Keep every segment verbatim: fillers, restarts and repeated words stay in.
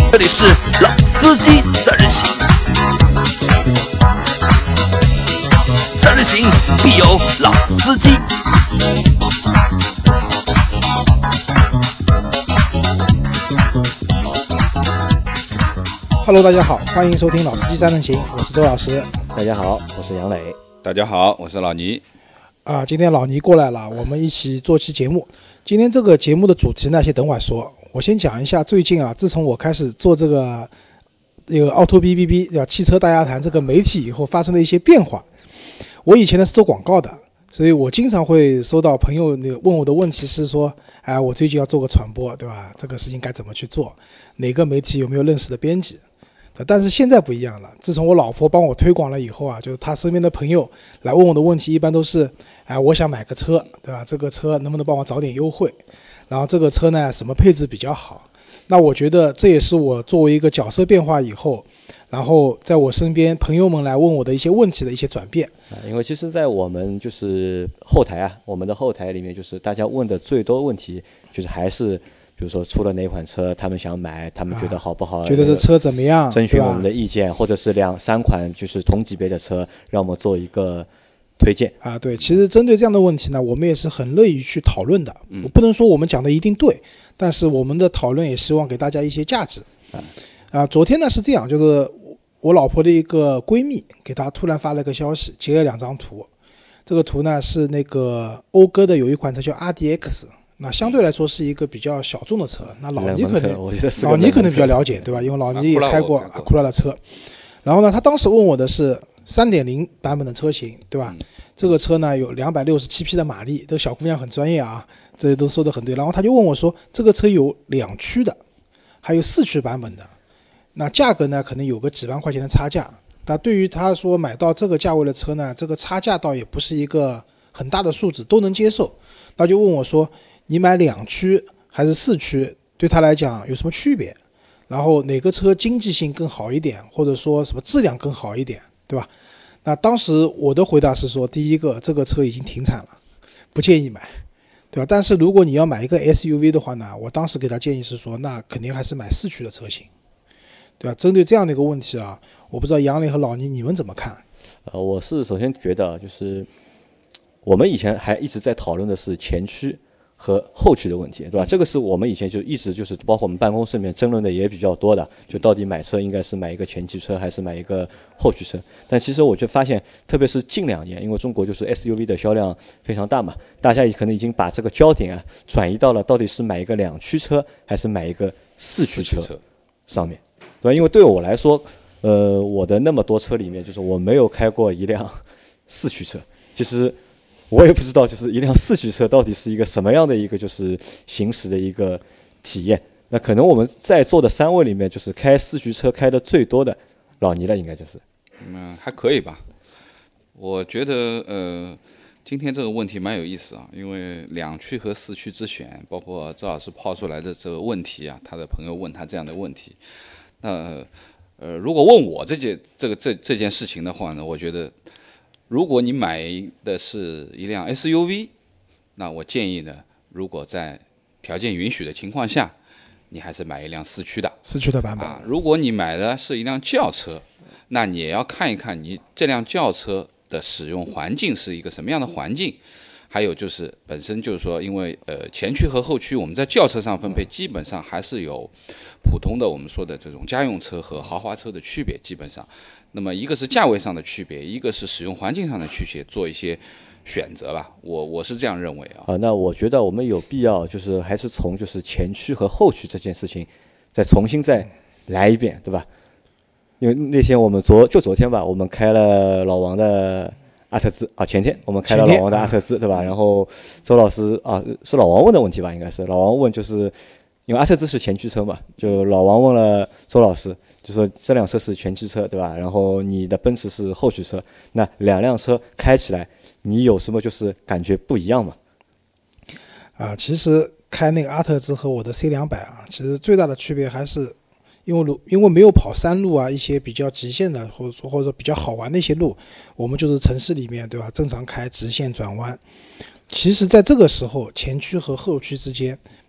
这里是老司机三人行，三人行必有老司机。 Hello， 大家好，欢迎收听老司机三人行，我是周老师。 大家好，我是杨磊。 大家好，我是老倪。 啊，今天老倪过来了，我们一起做期节目。今天这个节目的主题呢，先等会儿说。我先讲一下最近啊，自从我开始做这个这个奥拓 B B B 叫汽车大家谈这个媒体以后，发生了一些变化。我以前呢是做广告的，所以我经常会收到朋友问我的问题是说，哎，我最近要做个传播，对吧？这个事情该怎么去做？哪个媒体有没有认识的编辑？但是现在不一样了，自从我老婆帮我推广了以后啊，就是她身边的朋友来问我的问题，一般都是，哎，我想买个车，对吧？这个车能不能帮我找点优惠？然后这个车呢，什么配置比较好？那我觉得这也是我作为一个角色变化以后，然后在我身边朋友们来问我的一些问题的一些转变。 因为其实在我们就是后台啊，我们的后台里面，就是大家问的最多问题，就是还是比如说出了哪款车，他们想买，他们觉得好不好？ 啊、觉得这车怎么样？ 征询我们的意见，或者是两三款就是同级别的车，让我们做一个推荐啊。对，其实针对这样的问题呢，我们也是很乐意去讨论的。 嗯、 我不能说我们讲的一定对，但是我们的讨论也希望给大家一些价值。啊，啊昨天呢是这样，就是我老婆的一个闺蜜给她突然发了个消息，截了两张图。这个图呢是那个讴歌的有一款车叫 R D X。那相对来说是一个比较小众的车，那老倪可能老倪可能比较了解，对吧？因为老倪也开过阿库拉的车。然后呢，他当时问我的是 三点零 版本的车型，对吧？嗯、这个车呢有两百六十七匹的马力，这个小姑娘很专业啊，这些都说得很对。然后他就问我说，这个车有两驱的，还有四驱版本的，那价格呢可能有个几万块钱的差价。那对于他说买到这个价位的车呢，这个差价倒也不是一个很大的数字，都能接受。他就问我说，你买两驱还是四驱，对他来讲有什么区别？然后哪个车经济性更好一点，或者说什么质量更好一点，对吧？那当时我的回答是说，第一个，这个车已经停产了，不建议买，对吧？但是如果你要买一个 S U V 的话呢，我当时给他建议是说，那肯定还是买四驱的车型，对吧？针对这样的一个问题啊，我不知道杨磊和老倪你们怎么看？ 呃，我是首先觉得就是我们以前还一直在讨论的是前驱和后驱的问题，对吧？这个是我们以前就一直就是包括我们办公室里面争论的也比较多的，就到底买车应该是买一个前驱车还是买一个后驱车。但其实我就发现，特别是近两年，因为中国就是 S U V 的销量非常大嘛，大家可能已经把这个焦点啊转移到了到底是买一个两驱车还是买一个四驱车上面，对吧？因为对我来说，呃，我的那么多车里面，就是我没有开过一辆四驱车，其实我也不知道，就是一辆四驱车到底是一个什么样的一个就是行驶的一个体验。那可能我们在座的三位里面，就是开四驱车开的最多的老倪了，应该就是。 嗯，还可以吧。我觉得呃，今天这个问题蛮有意思啊，因为两驱和四驱之选，包括周老师抛出来的这个问题啊，他的朋友问他这样的问题，那呃，如果问我这件这个这这件事情的话呢，我觉得，如果你买的是一辆 S U V， 那我建议呢，如果在条件允许的情况下，你还是买一辆四驱的。 四驱的版本。 啊，如果你买的是一辆轿车，那你也要看一看你这辆轿车的使用环境是一个什么样的环境。还有就是本身就是说，因为呃前驱和后驱我们在轿车上分配，基本上还是有普通的我们说的这种家用车和豪华车的区别，基本上。那么一个是价位上的区别，一个是使用环境上的区别，做一些选择吧。我我是这样认为啊。 啊，那我觉得我们有必要就是还是从就是前驱和后驱这件事情再重新再来一遍，对吧？因为那天我们昨就昨天吧，我们开了老王的阿特兹啊，前天我们开了老王的阿特兹，对吧？然后周老师啊，是老王问的问题吧？应该是老王问，就是因为阿特兹是前驱车嘛，就老王问了周老师，就说这辆车是前驱车，对吧？然后你的奔驰是后驱车，那两辆车开起来，你有什么就是感觉不一样吗？ 啊，其实开那个阿特兹和我的 C 两百 啊，其实最大的区别还是。因为因为没有跑山路啊，一些比较极限的，或者说或者说比较好玩的一些路，我们就是城市里面，对吧？正常开直线转弯。其实，在这个时候，前驱和后驱之间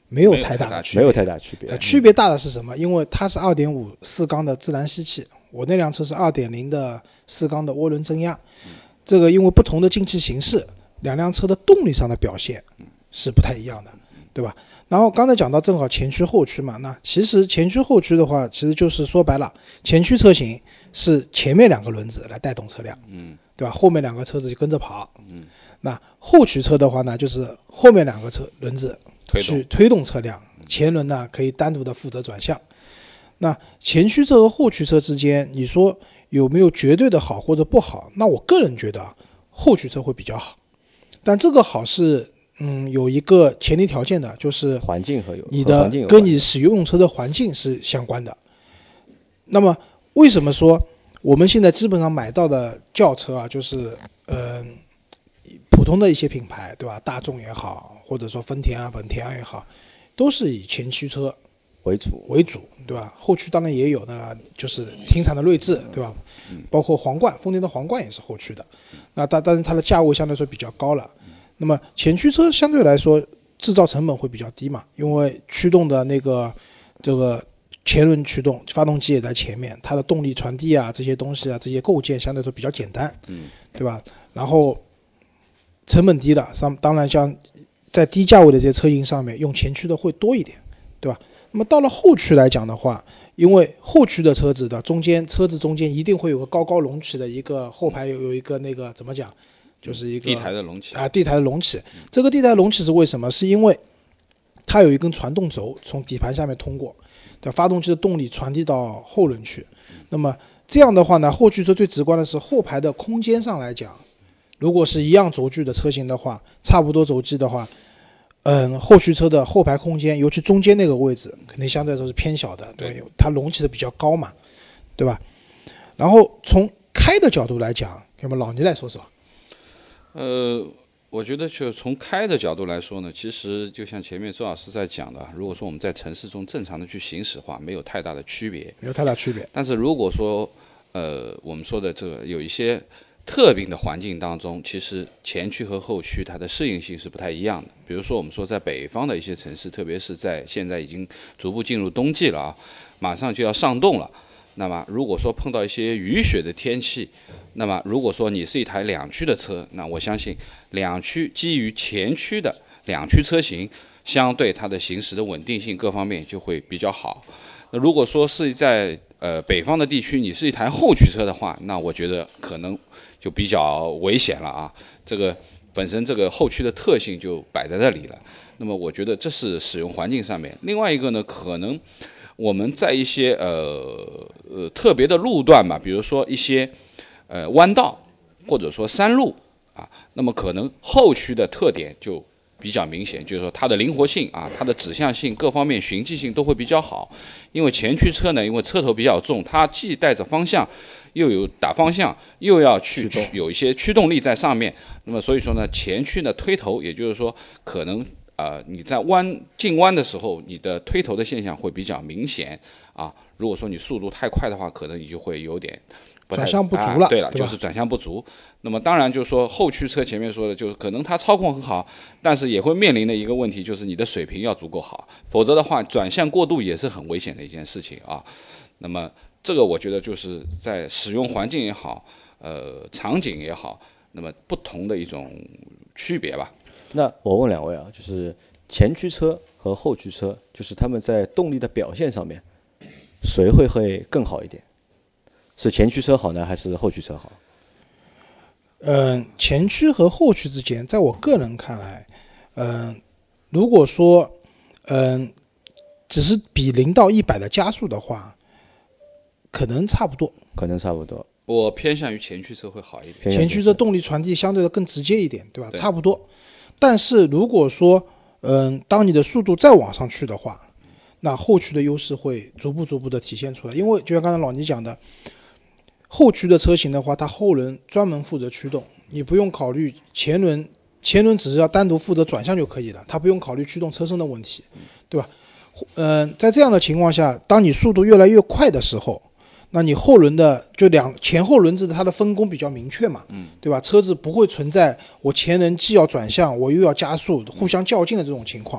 没有太大的区别， 没有太大区别。 区别大的是什么？因为它是 二点五 四缸的自然吸气，我那辆车是 二点零 的四缸的涡轮增压，这个因为不同的进气形式，两辆车的动力上的表现是不太一样的，对吧？然后刚才讲到正好前驱后驱嘛，那其实前驱后驱的话，其实就是说白了，前驱车型是前面两个轮子来带动车辆， 嗯， 对吧？后面两个车子就跟着跑， 嗯， 那后驱车的话呢，就是后面两个车轮子去推动车辆，前轮呢可以单独的负责转向。那前驱车和后驱车之间，你说有没有绝对的好或者不好？那我个人觉得后驱车会比较好，但这个好是嗯有一个前提条件的，就是环境和有你的跟你使用车的环境是相关的。那么为什么说我们现在基本上买到的轿车啊，就是嗯、呃、普通的一些品牌，对吧？大众也好，或者说丰田啊、本田啊也好，都是以前驱车为主为主，对吧？后驱当然也有呢，就是停产的锐志，对吧？包括皇冠，丰田的皇冠也是后驱的，那但但是它的价位相对来说比较高了。那么前驱车相对来说制造成本会比较低嘛，因为驱动的那个这个前轮驱动，发动机也在前面，它的动力传递啊这些东西啊这些构件相对来说比较简单，对吧？然后成本低的，上当然像在低价位的这些车型上面用前驱的会多一点，对吧？那么到了后驱来讲的话，因为后驱的车子的中间车子中间一定会有个高高隆起的一个后排有有一个那个怎么讲，就是一个地台的隆起啊，地台的隆起。这个地台隆起是为什么？是因为它有一根传动轴从底盘下面通过，把发动机的动力传递到后轮去。那么这样的话呢，后驱车最直观的是后排的空间上来讲，如果是一样轴距的车型的话，差不多轴距的话。嗯，后驱车的后排空间，尤其中间那个位置，肯定相对来说是偏小的，对，它隆起的比较高嘛，对吧？然后从开的角度来讲，要么老倪来说说。 呃，我觉得就从开的角度来说呢，其实就像前面周老师在讲的，如果说我们在城市中正常的去行驶的话，没有太大的区别， 没有太大区别。 但是如果说呃我们说的这个有一些特定的环境当中，其实前驱和后驱它的适应性是不太一样的。比如说我们说在北方的一些城市，特别是在现在已经逐步进入冬季了啊，马上就要上冻了。那么如果说碰到一些雨雪的天气，那么如果说你是一台两驱的车，那我相信两驱基于前驱的两驱车型，相对它的行驶的稳定性各方面就会比较好。那如果说是在呃北方的地区，你是一台后驱车的话，那我觉得可能就比较危险了啊，这个本身这个后驱的特性就摆在那里了。那么我觉得这是使用环境上面。另外一个呢，可能我们在一些呃呃特别的路段吧，比如说一些呃弯道或者说山路啊，那么可能后驱的特点就比较明显，就是说它的灵活性啊，它的指向性各方面循迹性都会比较好。因为前驱车呢，因为车头比较重，它既带着方向，又有打方向，又要去有一些驱动力在上面。那么所以说呢，前驱的推头，也就是说可能呃你在弯进弯的时候，你的推头的现象会比较明显啊。如果说你速度太快的话，可能你就会有点转向不足了， 啊、对了， 对就是转向不足。那么当然就是说后驱车前面说的，就是可能它操控很好，但是也会面临的一个问题，就是你的水平要足够好，否则的话转向过度也是很危险的一件事情啊。那么这个我觉得就是在使用环境也好，呃场景也好，那么不同的一种区别吧。 那我问两位啊，就是前驱车和后驱车，就是他们在动力的表现上面，谁会会更好一点？是前驱车好呢，还是后驱车好？ 嗯，前驱和后驱之间，在我个人看来，嗯，如果说嗯只是比零到一百的加速的话，可能差不多， 可能差不多。 我偏向于前驱车会好一点， 前驱车动力传递相对的更直接一点，对吧？ 对， 差不多。但是如果说嗯，当你的速度再往上去的话，那后驱的优势会逐步逐步的体现出来，因为就像刚才老倪讲的。后驱的车型的话，它后轮专门负责驱动，你不用考虑前轮，前轮只是要单独负责转向就可以了，它不用考虑驱动车身的问题，对吧？嗯、呃，在这样的情况下，当你速度越来越快的时候，那你后轮的就两前后轮子的它的分工比较明确嘛，对吧？车子不会存在我前轮既要转向，我又要加速，互相较劲的这种情况，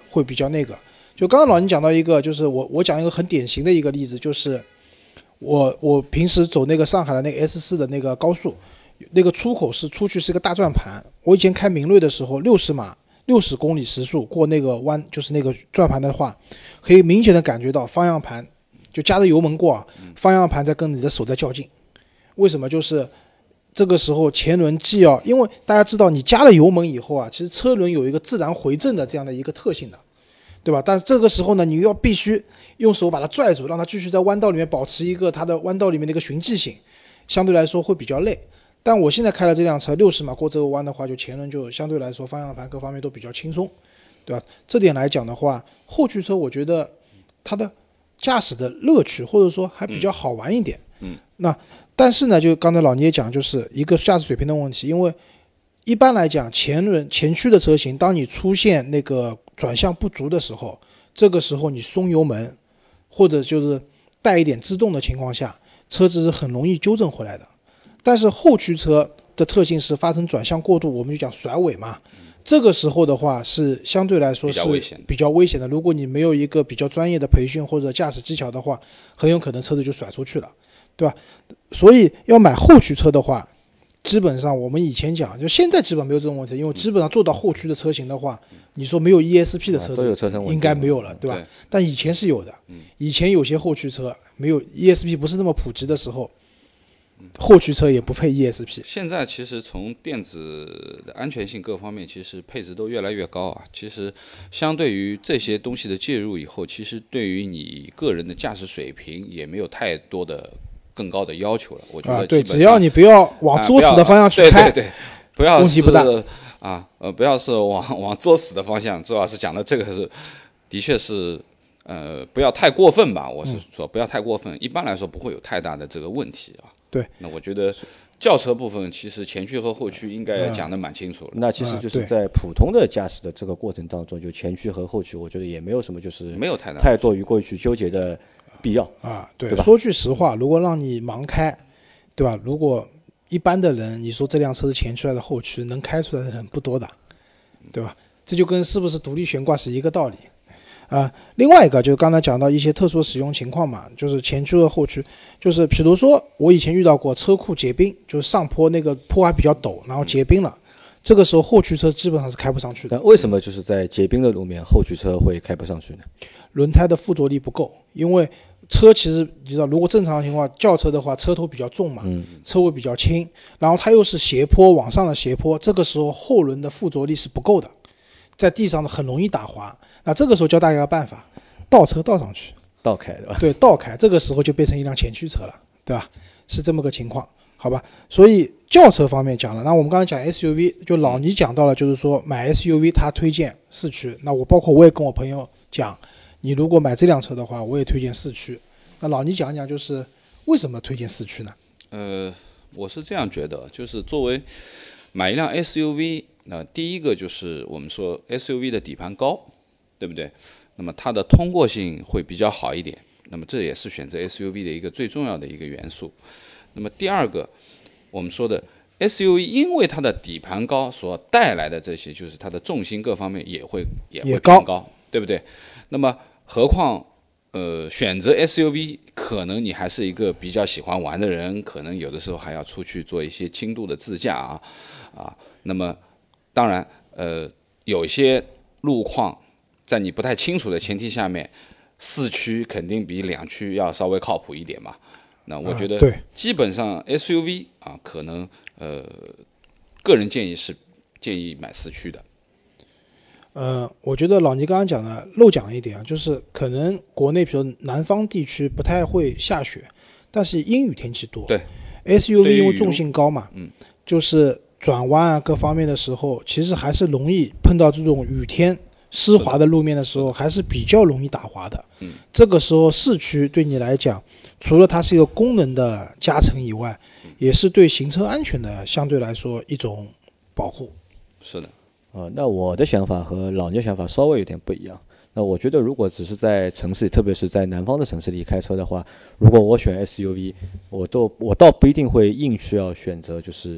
会比较那个。就刚刚老倪讲到一个，就是我我讲一个很典型的一个例子，就是我我平时走那个上海的那个 S 四 的那个高速，那个出口是出去是个大转盘。我以前开明锐的时候，六十码六十公里时速过那个弯，就是那个转盘的话，可以明显的感觉到方向盘就加着油门过啊，方向盘在跟你的手在较劲。为什么？就是这个时候前轮既要，因为大家知道你加了油门以后啊，其实车轮有一个自然回正的这样的一个特性的，对吧？但是这个时候呢，你要必须用手把它拽住，让它继续在弯道里面保持一个它的弯道里面的一个循迹性，相对来说会比较累。但我现在开了这辆车，六十码过这个弯的话，就前轮就相对来说方向盘各方面都比较轻松，对吧？这点来讲的话，后驱车我觉得它的驾驶的乐趣或者说还比较好玩一点。 嗯， 那但是呢，就刚才老倪也讲，就是一个驾驶水平的问题，因为一般来讲前轮前驱的车型，当你出现那个转向不足的时候，这个时候你松油门或者就是带一点制动的情况下，车子是很容易纠正回来的。但是后驱车的特性是发生转向过度，我们就讲甩尾嘛，这个时候的话是相对来说是比较危险的。如果你没有一个比较专业的培训或者驾驶技巧的话，很有可能车子就甩出去了，对吧？所以要买后驱车的话，基本上我们以前讲，就现在基本没有这种问题，因为基本上做到后驱的车型的话，你说没有 E S P 的车子应该没有了，对吧？但以前是有的，以前有些后驱车没有 E S P 不是那么普及的时候，后驱车也不配 E S P。 现在其实从电子的安全性各方面，其实配置都越来越高啊。其实相对于这些东西的介入以后，其实对于你个人的驾驶水平也没有太多的更高的要求了。我觉得、啊、 对，只要你不要往作死的方向去开， 啊、对对对，不要问题不大啊，呃，不要是往往作死的方向。周老师讲的这个是，的确是。呃，不要太过分吧，我是说不要太过分、嗯、一般来说不会有太大的这个问题啊。 对， 那我觉得轿车部分其实前驱和后驱应该讲得蛮清楚了、 嗯、那其实就是在普通的驾驶的这个过程当中，就前驱和后驱我觉得也没有什么就是没有太大太多于过于去纠结的必要啊。对， 对吧？ 说句实话，如果让你盲开，对吧？如果一般的人你说这辆车是前驱还是后驱，能开出来的人不多的，对吧？这就跟是不是独立悬挂是一个道理啊。另外一个就是刚才讲到一些特殊使用情况嘛，就是前驱和后驱，就是比如说我以前遇到过车库结冰，就是上坡那个坡还比较陡，然后结冰了，这个时候后驱车基本上是开不上去的。 但为什么就是在结冰的路面后驱车会开不上去呢？ 轮胎的附着力不够，因为车其实你知道，如果正常情况轿车的话，车头比较重嘛， 嗯， 车尾比较轻，然后它又是斜坡往上的斜坡，这个时候后轮的附着力是不够的，在地上很容易打滑。那这个时候教大家一个办法，倒车倒上去， 倒开对吧？ 对，倒开，这个时候就变成一辆前驱车了，对吧？是这么个情况，好吧？所以轿车方面讲了，那我们刚才讲 S U V， 就老倪讲到了，就是说买 S U V 他推荐四驱，那我包括我也跟我朋友讲，你如果买这辆车的话，我也推荐四驱。那老倪讲讲，就是为什么推荐四驱呢？ 呃，我是这样觉得，就是作为买一辆 S U V， 那第一个就是我们说 S U V 的底盘高，对不对？那么它的通过性会比较好一点，那么这也是选择 S U V 的一个最重要的一个元素。那么第二个，我们说的 S U V 因为它的底盘高所带来的这些，就是它的重心各方面也会也会更高，对不对？那么何况呃选择 S U V， 可能你还是一个比较喜欢玩的人，可能有的时候还要出去做一些轻度的自驾啊啊。那么当然呃有些路况在你不太清楚的前提下面，四驱肯定比两驱要稍微靠谱一点嘛。那我觉得基本上 S U V 啊，可能呃，个人建议是建议买四驱的。 呃，我觉得老倪刚刚讲的漏讲了一点啊，就是可能国内比如南方地区不太会下雪，但是阴雨天气多。 对 ，S U V 因为重心高嘛， 嗯， 就是转弯啊各方面的时候，其实还是容易碰到这种雨天湿滑的路面的时候，还是比较容易打滑的。 嗯， 这个时候四驱对你来讲，除了它是一个功能的加成以外，也是对行车安全的相对来说一种保护。 是的。 呃，那我的想法和老聂想法稍微有点不一样。那我觉得，如果只是在城市里，特别是在南方的城市里开车的话，如果我选 S U V， 我都我倒不一定会硬去要选择就是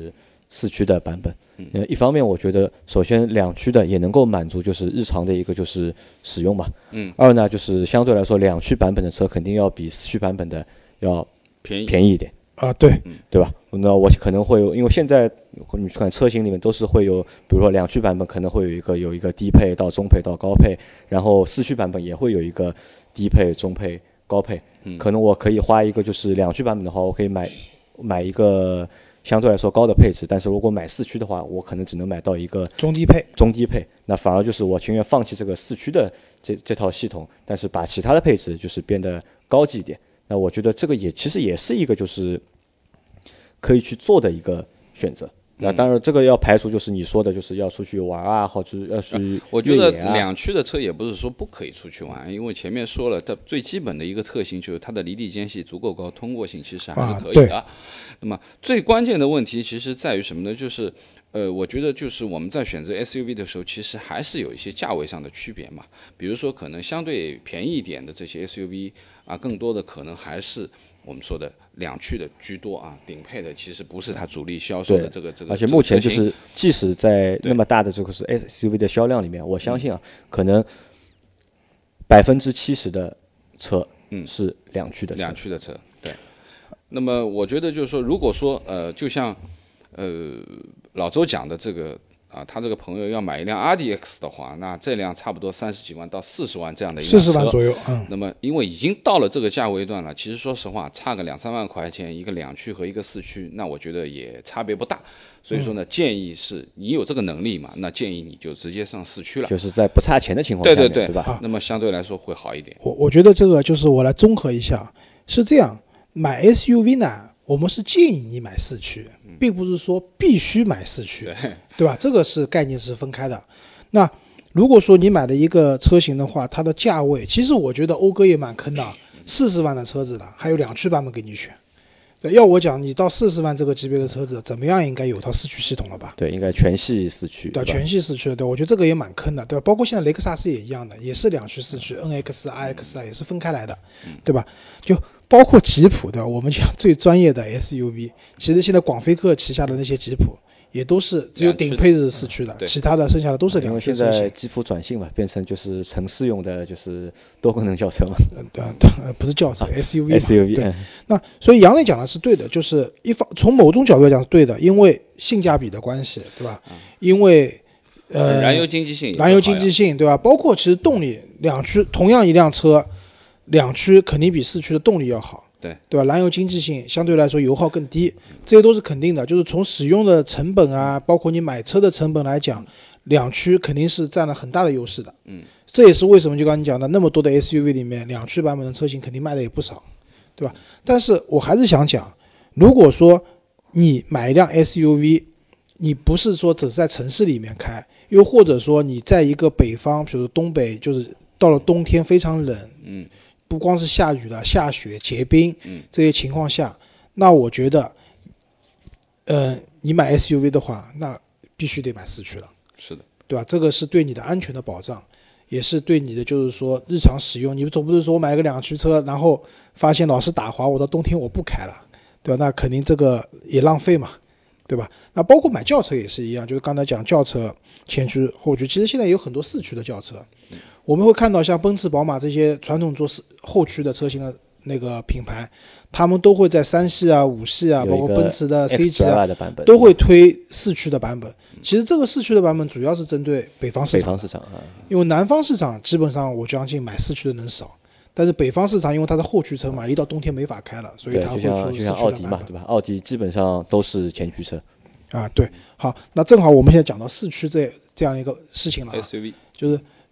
四驱的版本。嗯，一方面我觉得首先两驱的也能够满足就是日常的一个就是使用嘛。 嗯。 二呢就是相对来说两驱版本的车肯定要比四驱版本的要便宜便宜一点。 啊，对， 对吧？那我可能会有，因为现在你去看车型里面都是会有，比如说两驱版本可能会有一个有一个低配到中配到高配，然后四驱版本也会有一个低配、中配、高配。 嗯， 可能我可以花一个就是两驱版本的话，我可以买买一个相对来说高的配置，但是如果买四驱的话，我可能只能买到一个中低配。 中低配，那反而就是我情愿放弃这个四驱的这这套系统，但是把其他的配置就是变得高级一点。那我觉得这个也其实也是一个就是可以去做的一个选择。那当然，这个要排除就是你说的，就是要出去玩啊，或者要去、啊。 我觉得两驱的车也不是说不可以出去玩，因为前面说了，它最基本的一个特性就是它的离地间隙足够高，通过性其实还是可以的。 啊、 那么最关键的问题其实在于什么呢？就是呃，我觉得就是我们在选择 S U V 的时候，其实还是有一些价位上的区别嘛。比如说，可能相对便宜一点的这些 S U V 啊，更多的可能还是我们说的两驱的居多啊，顶配的其实不是它主力销售的这个这个。 而且目前就是，即使在那么大的这个是 S U V 的销量里面，我相信啊，可能百分之七十的车嗯是两驱的车。 两驱的车，对。那么我觉得就是说，如果说呃，就像呃老周讲的这个。啊，他这个朋友要买一辆 R D X 的话，那这辆差不多三十几万到四十万这样的一辆车， 四十万左右。嗯。 那么，因为已经到了这个价位段了，其实说实话，差个两三万块钱，一个两驱和一个四驱，那我觉得也差别不大。所以说呢，嗯、建议是你有这个能力嘛，那建议你就直接上四驱了。 就是在不差钱的情况下面， 对对对， 对吧？ 那么相对来说会好一点。 我我觉得这个就是我来综合一下，是这样，买 S U V 呢。我们是建议你买四驱，并不是说必须买四驱， 对对吧？这个是概念是分开的。那如果说你买的一个车型的话，它的价位，其实我觉得讴歌也蛮坑的，四十万的车子的，还有两驱版本给你选。对，要我讲，你到四十万这个级别的车子，怎么样应该有套四驱系统了吧？ 对，应该全系四驱。 对，全系四驱，对，我觉得这个也蛮坑的，对吧？包括现在雷克萨斯也一样的，也是两驱四驱 ，N X、R X 啊，也是分开来的，对吧？就包括吉普，对吧？我们讲最专业的 S U V， 其实现在广菲克旗下的那些吉普也都是只有顶配是四驱的，其他的剩下的都是两驱。 因为现在吉普转性嘛，变成就是城市用的，就是多功能轿车嘛。 嗯，对对，不是轿车、啊、，S U V 嘛。 S U V 对， 嗯、 那所以杨磊讲的是对的，就是一方从某种角度来讲是对的，因为性价比的关系，对吧？嗯、因为呃， 燃油经济性， 燃油经济性，对吧？包括其实动力，两驱同样一辆车，两驱肯定比四驱的动力要好。 对对吧？燃油经济性相对来说油耗更低，这些都是肯定的。就是从使用的成本啊，包括你买车的成本来讲，两驱肯定是占了很大的优势的。 嗯， 这也是为什么就刚才你讲的那么多的 S U V 里面，两驱版本的车型肯定卖的也不少，对吧？但是我还是想讲，如果说你买一辆 S U V， 你不是说只是在城市里面开，又或者说你在一个北方，比如东北，就是到了冬天非常冷， 嗯。 不光是下雨了、下雪、结冰这些情况下，那我觉得，呃，你买 S U V 的话，那必须得买四驱了。 是的， 对吧？这个是对你的安全的保障，也是对你的就是说日常使用。你总不是说我买个两驱车，然后发现老是打滑，我到冬天我不开了，对吧？那肯定这个也浪费嘛，对吧？那包括买轿车也是一样，就是刚才讲轿车前驱、后驱，其实现在有很多四驱的轿车。我们会看到像奔驰、宝马这些传统做后驱的车型的那个品牌，他们都会在三系啊、五系啊，包括奔驰的 C 级啊，都会推四驱的版本。其实这个四驱的版本主要是针对北方市场， 北方市场啊， 因为南方市场基本上我相信买四驱的人少，但是北方市场因为它的后驱车嘛，一到冬天没法开了，所以它会出四驱的版本。就像奥迪嘛，对吧？奥迪基本上都是前驱车。 啊，对，好，那正好我们现在讲到四驱这这样一个事情了、啊、 ，S U V 就是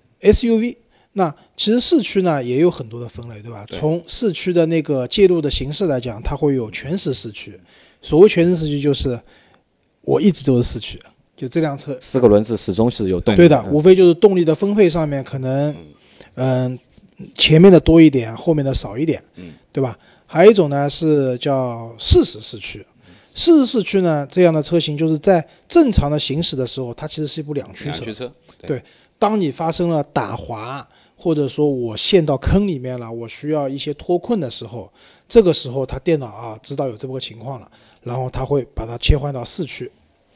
S U V。那其实四驱呢也有很多的分类，对吧？对，从四驱的那个介入的形式来讲，它会有全时四驱。所谓全时四驱，就是我一直都是四驱，就这辆车四个轮子始终是有动力。 对的，无非就是动力的分配上面可能，嗯、呃，前面的多一点，后面的少一点， 嗯，对吧？还有一种呢是叫适时四驱。适时四驱呢，这样的车型就是在正常的行驶的时候，它其实是一部两驱车。 两驱车， 对。对，当你发生了打滑，或者说我陷到坑里面了，我需要一些脱困的时候，这个时候它电脑啊知道有这么个情况了，然后它会把它切换到四驱，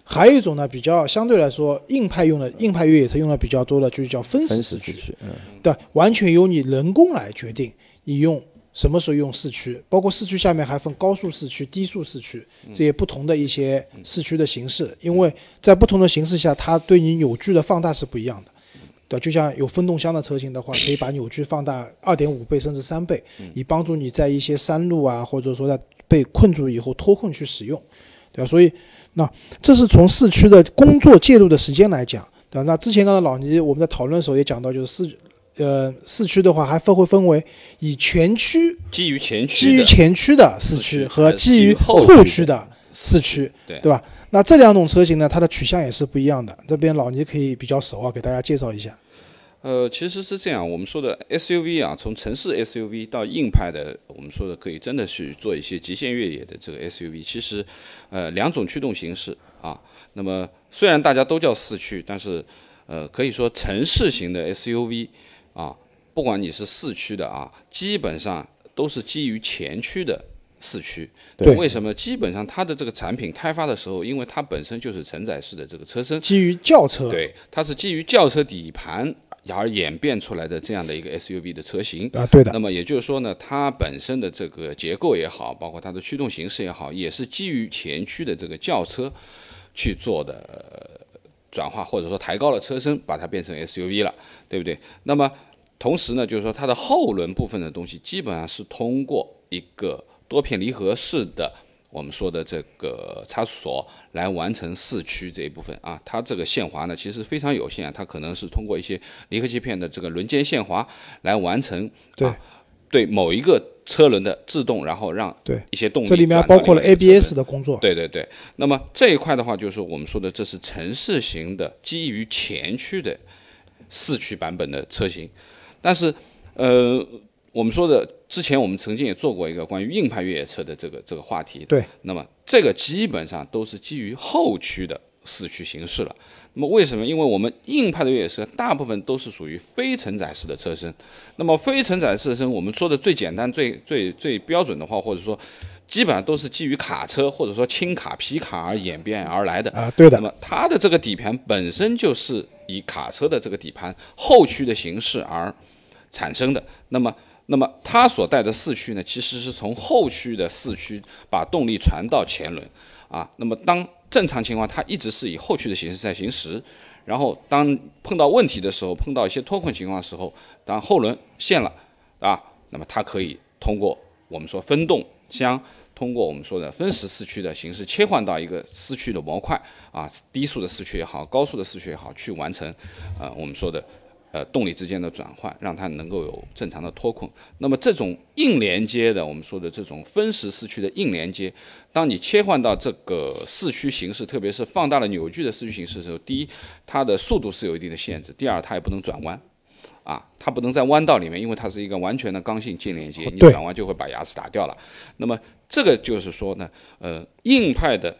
还有一种呢，比较相对来说硬派用的硬派越野车用的比较多的，就是叫分时四驱， 嗯， 对，完全由你人工来决定你用什么时候用四驱，包括四驱下面还分高速四驱、低速四驱这些不同的一些四驱的形式，因为在不同的形式下，它对你扭矩的放大是不一样的。对，就像有分动箱的车型的话，可以把扭矩放大 二点五 倍甚至三倍，以帮助你在一些山路啊，或者说在被困住以后脱困去使用，对吧？所以那这是从四驱的工作介入的时间来讲，对吧？那之前刚才老倪我们在讨论的时候也讲到，就是四呃四驱的话还分会分为以前驱基于前驱基于前驱的四驱和基于后驱的四驱， 对对吧？那这两种车型呢，它的取向也是不一样的。这边老倪可以比较熟啊，给大家介绍一下。 呃，其实是这样，我们说的 S U V 啊，从城市 S U V 到硬派的，我们说的可以真的去做一些极限越野的这个 S U V， 其实，呃，两种驱动形式啊。那么虽然大家都叫四驱，但是，呃，可以说城市型的 S U V 啊，不管你是四驱的啊，基本上都是基于前驱的四驱。 对， 为什么？基本上它的这个产品开发的时候，因为它本身就是承载式的这个车身， 基于轿车， 对，它是基于轿车底盘而演变出来的这样的一个 S U V 的车型啊，对的。 那么也就是说呢，它本身的这个结构也好，包括它的驱动形式也好，也是基于前驱的这个轿车去做的、呃、转化，或者说抬高了车身，把它变成 S U V 了，对不对？那么同时呢，就是说它的后轮部分的东西，基本上是通过一个多片离合式的我们说的这个差速锁来完成四驱这一部分啊，它这个限滑呢其实非常有限，它可能是通过一些离合器片的这个轮间限滑来完成， 对、 啊、对某一个车轮的制动，然后让一些动力这里面包括了 A B S 的工作。 对对对，那么这一块的话，就是我们说的这是城市型的基于前驱的四驱版本的车型，但是呃。我们说的之前我们曾经也做过一个关于硬派越野车的这个这个话题， 对， 那么这个基本上都是基于后驱的四驱形式了。那么为什么？因为我们硬派的越野车大部分都是属于非承载式的车身，那么非承载式车身我们说的最简单最最最标准的话，或者说基本上都是基于卡车或者说轻卡皮卡而演变而来的啊，对的。 那么它的这个底盘本身就是以卡车的这个底盘后驱的形式而产生的，那么那么它所带的四驱呢，其实是从后驱的四驱把动力传到前轮啊。那么当正常情况，它一直是以后驱的形式在行驶，然后当碰到问题的时候，碰到一些脱困情况的时候，当后轮陷了啊，那么它可以通过我们说分动箱，通过我们说的分时四驱的形式切换到一个四驱的模块啊，低速的四驱也好，高速的四驱也好，去完成呃我们说的。呃，动力之间的转换，让它能够有正常的脱困。那么这种硬连接的，我们说的这种分时四驱的硬连接，当你切换到这个四驱形式，特别是放大了扭矩的四驱形式的时候，第一，它的速度是有一定的限制；第二，它也不能转弯，啊，它不能在弯道里面，因为它是一个完全的刚性静连接，你转弯就会把牙齿打掉了。那么这个就是说呢，呃，硬派的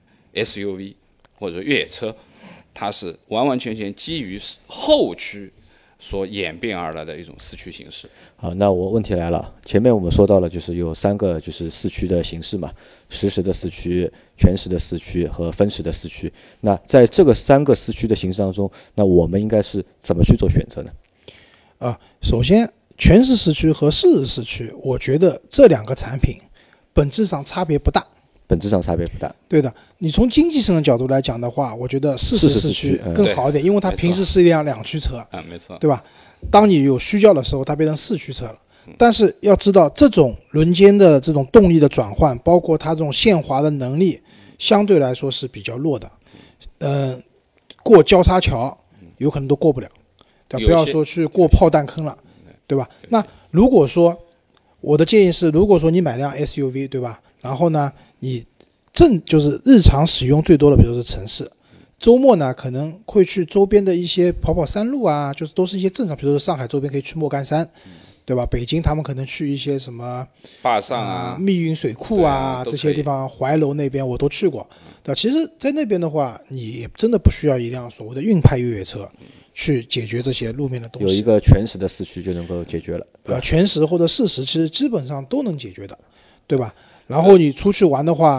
S U V 或者越野车，它是完完全全基于后驱所演变而来的一种四驱形式。 好，那我问题来了，前面我们说到了，就是有三个就是四驱的形式嘛，实时的四驱、全时的四驱和分时的四驱。那在这个三个四驱的形式当中，那我们应该是怎么去做选择呢？ 啊，首先全时四驱和适时四驱，我觉得这两个产品本质上差别不大。 本质上差别不大。 对的，你从经济性的角度来讲的话，我觉得适时四驱更好一点，因为它平时是一辆两驱车， 啊，没错， 对吧？当你有需要的时候，它变成四驱车了。但是要知道，这种轮间的这种动力的转换，包括它这种限滑的能力，相对来说是比较弱的。呃，过交叉桥有可能都过不了，对吧？不要说去过炮弹坑了，对吧？那如果说我的建议是，如果说你买辆 S U V， 对吧？然后呢，你正就是日常使用最多的，比如说是城市，周末呢可能会去周边的一些跑跑山路啊，就是都是一些正常，比如说上海周边可以去莫干山，对吧？北京他们可能去一些什么坝上啊、 呃、密云水库啊这些地方，怀柔那边我都去过，对吧？其实，在那边的话，你真的不需要一辆所谓的硬派越野车去解决这些路面的东西， 有一个全时的四驱就能够解决了。 呃，全时或者适时，其实基本上都能解决的，对吧？然后你出去玩的话，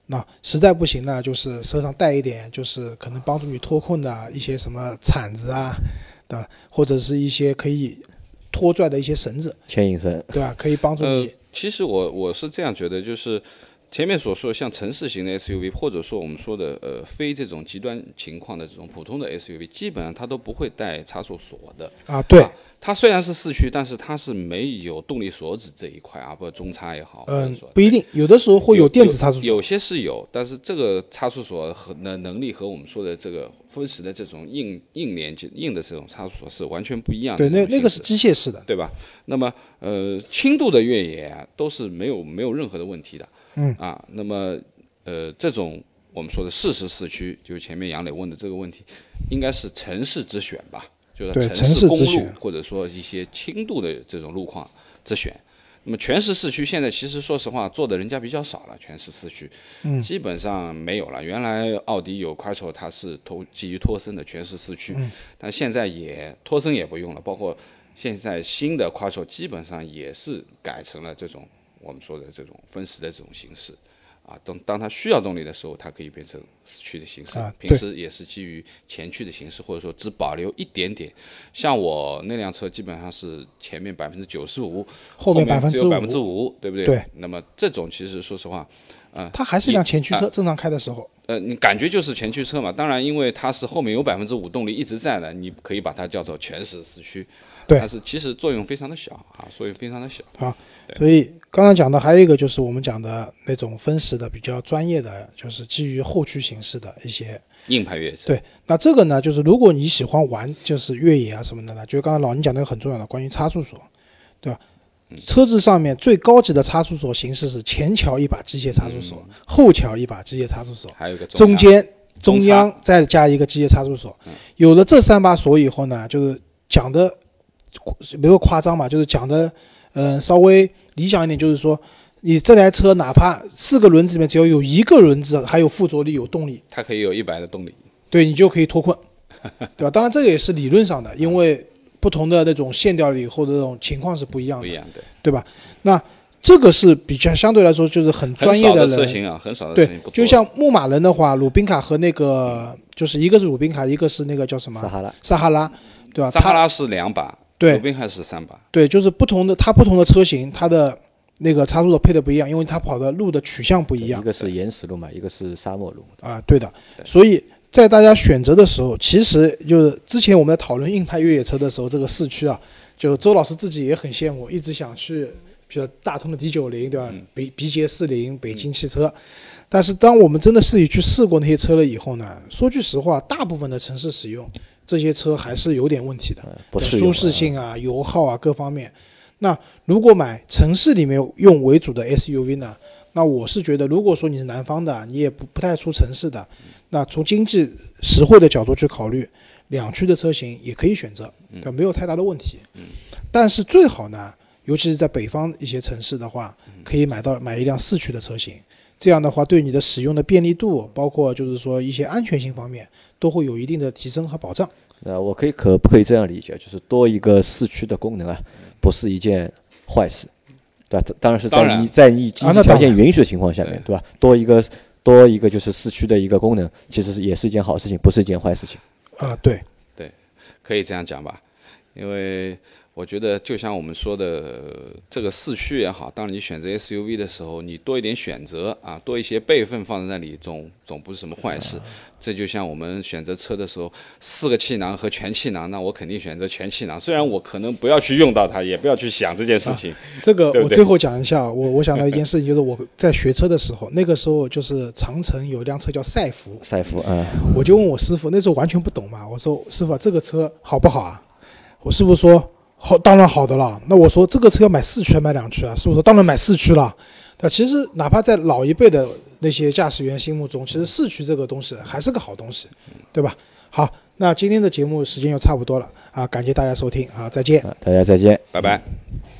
那实在不行呢，就是车上带一点，就是可能帮助你脱困的一些什么铲子啊，对吧？或者是一些可以拖拽的一些绳子， 牵引绳， 对吧？可以帮助你。 呃、其实我我是这样觉得，就是前面所说像城市型的 S U V， 或者说我们说的呃非这种极端情况的这种普通的 S U V， 基本上它都不会带差速锁的啊。对， 啊，它虽然是四驱，但是它是没有动力锁止这一块啊，不中差也好， 嗯，不一定，有的时候会有电子差速锁， 有, 有, 有些是有，但是这个差速锁和能能力和我们说的这个分时的这种硬硬连接硬的这种差速锁是完全不一样的。 对，那那个是机械式的， 对吧？那么呃，轻度的越野啊，都是没有没有任何的问题的。 嗯啊，那么呃，这种我们说的适时四驱，就是前面杨磊问的这个问题，应该是城市之选吧？就是城市公路或者说一些轻度的这种路况之选。那么全时四驱现在其实说实话做的人家比较少了，全时四驱， 嗯， 基本上没有了。原来奥迪有 Quattro， 它是投基于托森的全时四驱， 嗯， 但现在也托森也不用了，包括现在新的 Quattro 基本上也是改成了这种我们说的这种分时的这种形式。啊，当当它需要动力的时候，它可以变成四驱的形式， 啊、 平时也是基于前驱的形式，或者说只保留一点点。像我那辆车基本上是前面百分之九十五， 后面只有百分之之五，对不对？ 对。 那么这种其实说实话，呃， 它还是一辆前驱车，正常开的时候。 呃，你感觉就是前驱车嘛？当然，因为它是后面有百分之五动力一直在的，你可以把它叫做全时四驱。 对。 但是其实作用非常的小啊，作用非常的小。 好，所以刚刚讲的还有一个就是我们讲的那种分时的比较专业的，就是基于后驱形式的一些硬派越野车。 对，那这个呢，就是如果你喜欢玩就是越野啊什么的呢，就刚刚老倪讲的很重要的关于差速锁，对吧？车子上面最高级的差速锁形式是前桥一把机械差速锁，嗯、后桥一把机械差速锁， 还有一个中间中央再加一个机械差速锁。 嗯、 有了这三把锁以后呢，就是讲的没有夸张嘛，就是讲的嗯、呃、稍微理想一点，就是说你这台车哪怕四个轮子里面只要有一个轮子还有附着力有动力， 它可以有一百的动力， 对你就可以脱困，对吧？当然这个也是理论上的，因为不同的那种线调以后的这种情况是不一样的， 不一样，对， 对吧？那这个是比较相对来说就是很专业的人， 很少的车型啊，很少的车型不多。 对，就像牧马人的话，鲁宾卡和那个就是一个是鲁宾卡，一个是那个叫什么撒哈拉， 撒哈拉，对吧？ 撒哈拉是两把， 对， 鲁宾卡是三把， 对，就是不同的它不同的车型，它的那个差速的配的不一样，因为它跑的路的取向不一样， 一个是岩石路嘛，一个是沙漠路啊，对的，所以。在大家选择的时候，其实就是之前我们在讨论硬派越野车的时候，这个四驱啊，就周老师自己也很羡慕，一直想去，比如大通的 D 九十，对吧？北 B 捷四零，北京汽车。但是当我们真的自己去试过那些车了以后呢，说句实话，大部分的城市使用这些车还是有点问题的， 不适舒适性啊、油耗啊各方面。那如果买城市里面用为主的 S U V 呢？那我是觉得，如果说你是南方的，你也不不太出城市的，那从经济实惠的角度去考虑，两驱的车型也可以选择，对吧？没有太大的问题。但是最好呢，尤其是在北方一些城市的话，可以买到买一辆四驱的车型，这样的话对你的使用的便利度，包括就是说一些安全性方面，都会有一定的提升和保障。 呃，我可以可不可以这样理解，就是多一个四驱的功能啊，不是一件坏事。对吧？当然是在你在你经济条件允许的情况下面，对吧？多一个多一个就是四驱的一个功能，其实也是一件好事情，不是一件坏事情。 啊，对对，可以这样讲吧，因为我觉得就像我们说的，这个四驱也好，当你选择 S U V 的时候，你多一点选择啊，多一些备份放在那里，总总不是什么坏事。这就像我们选择车的时候，四个气囊和全气囊，那我肯定选择全气囊。虽然我可能不要去用到它，也不要去想这件事情。啊、 这个我最后讲一下，我我想到一件事情，就是我在学车的时候，那个时候就是长城有一辆车叫赛福， 赛福，嗯， 我就问我师傅，那时候完全不懂嘛，我说师傅这个车好不好啊？我师傅说好，当然好的了。那我说这个车要买四驱还买两驱啊？师傅说当然买四驱了。但其实哪怕在老一辈的那些驾驶员心目中，其实四驱这个东西还是个好东西，对吧？好，那今天的节目时间又差不多了啊，感谢大家收听啊，再见， 大家再见， 拜拜。